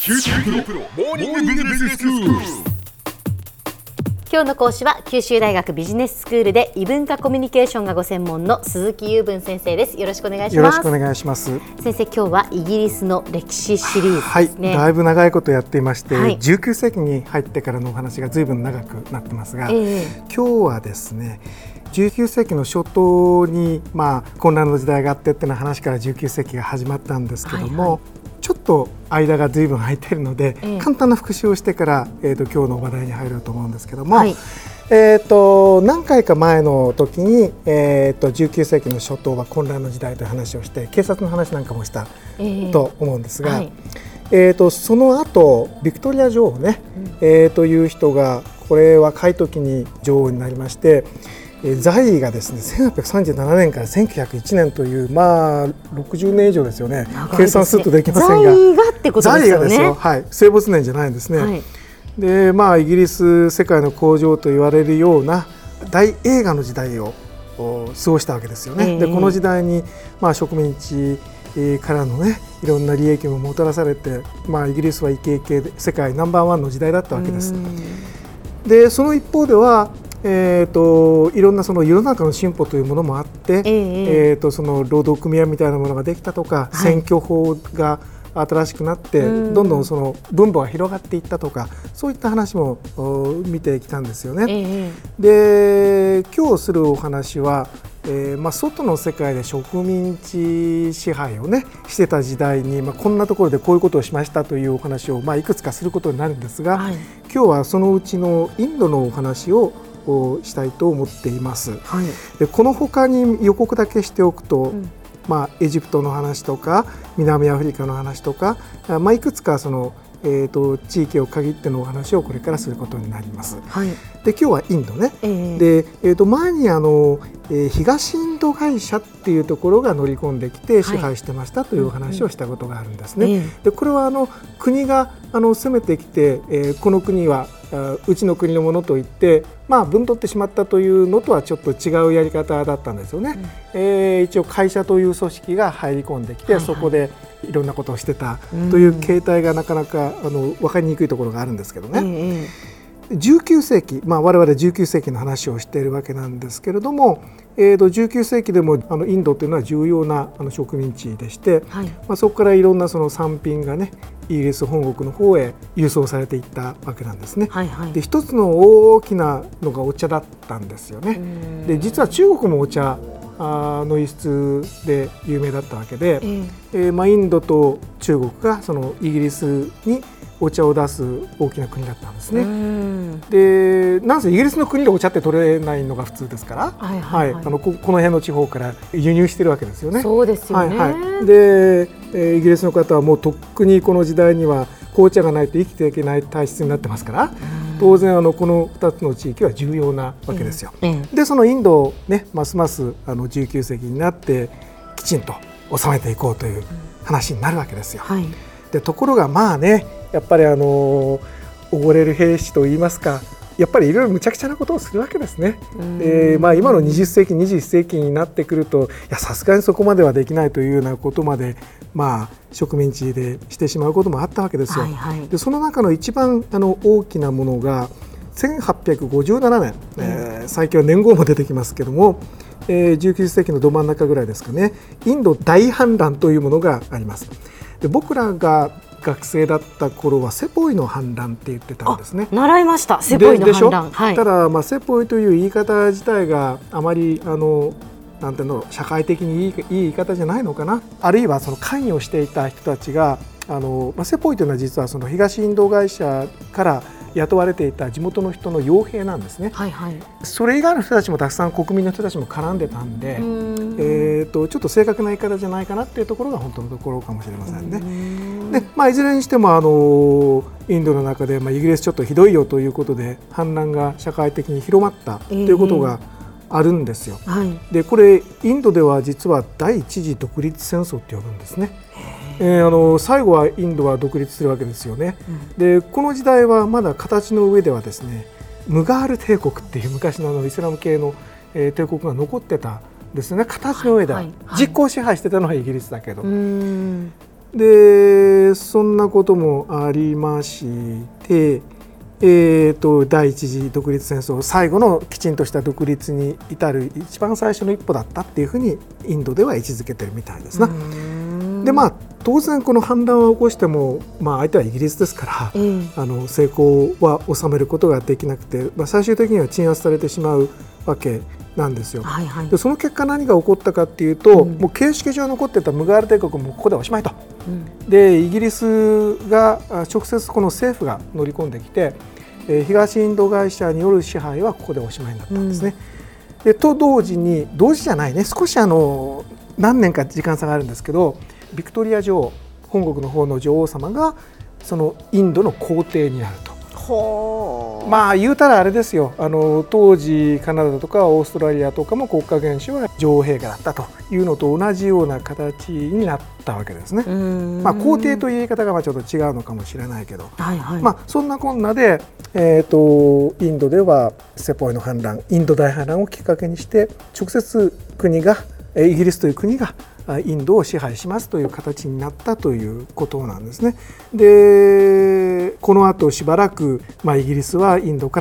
九州大学モーニングビジネススクール。 今日の講師は九州大学ビジネススクールで異文化コミュニケーションがご専門の鈴木雄文先生です。よろしくお願いします。 よろしくお願いします。 先生、今日はイギリスの歴史シリーズですね。 はい、だいぶ長いことやっていまして、19世紀に入ってからのお話がずいぶん長くなってますが、今日はですね19世紀の初頭に、混乱の時代があってっていう話から19世紀が始まったんですけども、ちょっと間がずいぶん空いているので、簡単な復習をしてから、今日の話題に入ろうと思うんですけども、何回か前の時に、19世紀の初頭は混乱の時代という話をして警察の話なんかもしたと思うんですが、その後ビクトリア女王ね、という人がこれ若い時に女王になりまして、在位がですね1837年から1901年という、60年以上ですよね。計算するとできませんが、 在位がってことですよね。 在位がですよ、生没年じゃないんですね。で、イギリス世界の工場と言われるような大映画の時代を過ごしたわけですよね。でこの時代に、植民地からのねいろんな利益ももたらされて、イギリスはイケイケで世界ナンバーワンの時代だったわけです。でその一方ではいろんなその世の中の進歩というものもあって、その労働組合みたいなものができたとか、選挙法が新しくなってどんどんその分母が広がっていったとか、そういった話も見てきたんですよね。で今日するお話は、外の世界で植民地支配をねしてた時代に、こんなところでこういうことをしましたというお話を、いくつかすることになるんですが、今日はそのうちのインドのお話をしたいと思っています。でこの他に予告だけしておくと、エジプトの話とか南アフリカの話とか、いくつかその、地域を限ってのお話をこれからすることになります。で今日はインドね、で前に東インド会社っていうところが乗り込んできて支配してましたというお話をしたことがあるんですね。でこれは国が攻めてきて、この国はうちの国のものといって、分取ってしまったというのとはちょっと違うやり方だったんですよね。一応会社という組織が入り込んできて、そこでいろんなことをしてたという形態がなかなか分かりにくいところがあるんですけどね。19世紀、我々19世紀の話をしているわけなんですけれども、19世紀でもインドというのは重要な植民地でして、そこからいろんなその産品がねイギリス本国の方へ輸送されていったわけなんですね。で一つの大きなのがお茶だったんですよね。で実は中国もお茶の輸出で有名だったわけで、インドと中国がそのイギリスにお茶を出す大きな国だったんですね。でなんせイギリスの国でお茶って取れないのが普通ですから、この辺の地方から輸入してるわけですよね。 そうですよね。 でイギリスの方はもうとっくにこの時代には紅茶がないと生きていけない体質になってますから、当然この2つの地域は重要なわけですよ。でそのインドをねますます19世紀になってきちんと治めていこうという話になるわけですよ。でところがやっぱり溺れる兵士といいますか、やっぱりいろいろ無茶苦茶なことをするわけですね。今の20世紀21世紀になってくると、さすがにそこまではできないというようなことまで、植民地でしてしまうこともあったわけですよ。でその中の一番大きなものが1857年、最近は年号も出てきますけども、19世紀のど真ん中ぐらいですかね、インド大反乱というものがあります。で僕らが学生だった頃はセポイの反乱って言ってたんですね。 習いました、セポイの反乱。 ただ、セポイという言い方自体があまりなんていうの社会的にいい言い方じゃないのかな。あるいはその関与していた人たちがセポイというのは実はその東インド会社から雇われていた地元の人の傭兵なんですね。それ以外の人たちもたくさん国民の人たちも絡んでたんで、ちょっと正確な言い方じゃないかなっていうところが本当のところかもしれませんね。でいずれにしてもインドの中で、イギリスちょっとひどいよということで反乱が社会的に広まったということがあるんですよ。でこれインドでは実は第一次独立戦争って呼ぶんですね。最後はインドは独立するわけですよね。でこの時代はまだ形の上ではですね、ムガール帝国っていう昔のイスラム系の帝国が残ってたんですね。形の上では実効支配してたのはイギリスだけど、 でそんなこともありまして、第一次独立戦争最後のきちんとした独立に至る一番最初の一歩だったっていうふうにインドでは位置づけてるみたいですな。で当然この反乱を起こしても、相手はイギリスですから、成功は収めることができなくて、最終的には鎮圧されてしまうわけなんですよ。でその結果何が起こったかっていうと、もう形式上残ってたムガール帝国もここでおしまいと、でイギリスが直接この政府が乗り込んできて、東インド会社による支配はここでおしまいになったんですね。でと同時じゃないね、少し何年か時間差があるんですけど、ビクトリア女王、本国の方の女王様がそのインドの皇帝になると。言うたらあれですよ、当時カナダとかオーストラリアとかも国家元首は女王陛下だったというのと同じような形になったわけですね。皇帝という言い方がちょっと違うのかもしれないけど、そんなこんなで、インドではセポイの反乱、インド大反乱をきっかけにして直接イギリスという国がインドを支配しますという形になったということなんですね。でこの後しばらく、イギリスはインドから、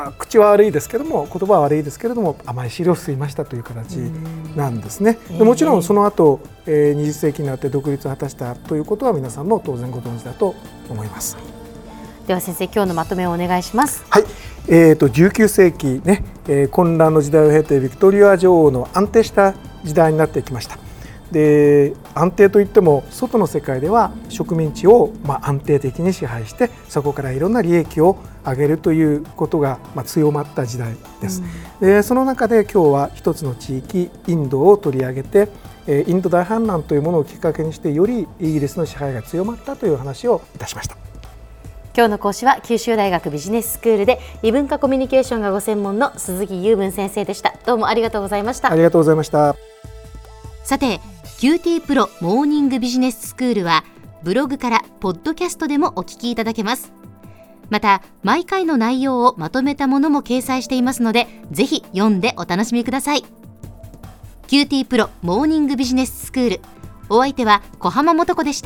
口は悪いですけども、言葉は悪いですけれども甘い汁を吸いましたという形なんですね。でもちろんその後、20世紀になって独立を果たしたということは皆さんも当然ご存知だと思います。 では先生、今日のまとめをお願いします。 はい、19世紀ね、混乱の時代を経てビクトリア女王の安定した時代になってきました。で安定といっても外の世界では植民地を安定的に支配して、そこからいろんな利益を上げるということが強まった時代です。でその中で今日は一つの地域インドを取り上げて、インド大反乱というものをきっかけにしてよりイギリスの支配が強まったという話をいたしました。 今日の講師は九州大学ビジネススクールで異文化コミュニケーションがご専門の鈴木雄文先生でした。どうもありがとうございました。 ありがとうございました。 さて、QT プロモーニングビジネススクールはブログからポッドキャストでもお聞きいただけます。また毎回の内容をまとめたものも掲載していますので、ぜひ読んでお楽しみください。QT プロモーニングビジネススクール、お相手は小浜もとこでした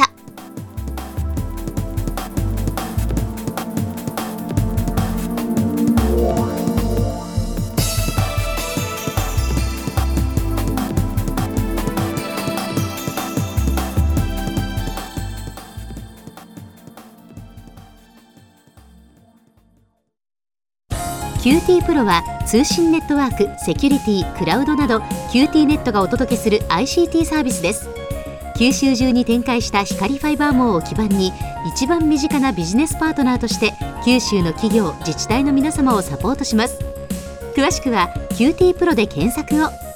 。QT プロは通信ネットワーク、セキュリティ、クラウドなど QT ネットがお届けする ICT サービスです。九州中に展開した光ファイバー網を基盤に、一番身近なビジネスパートナーとして九州の企業、自治体の皆様をサポートします。詳しくは QT プロで検索を。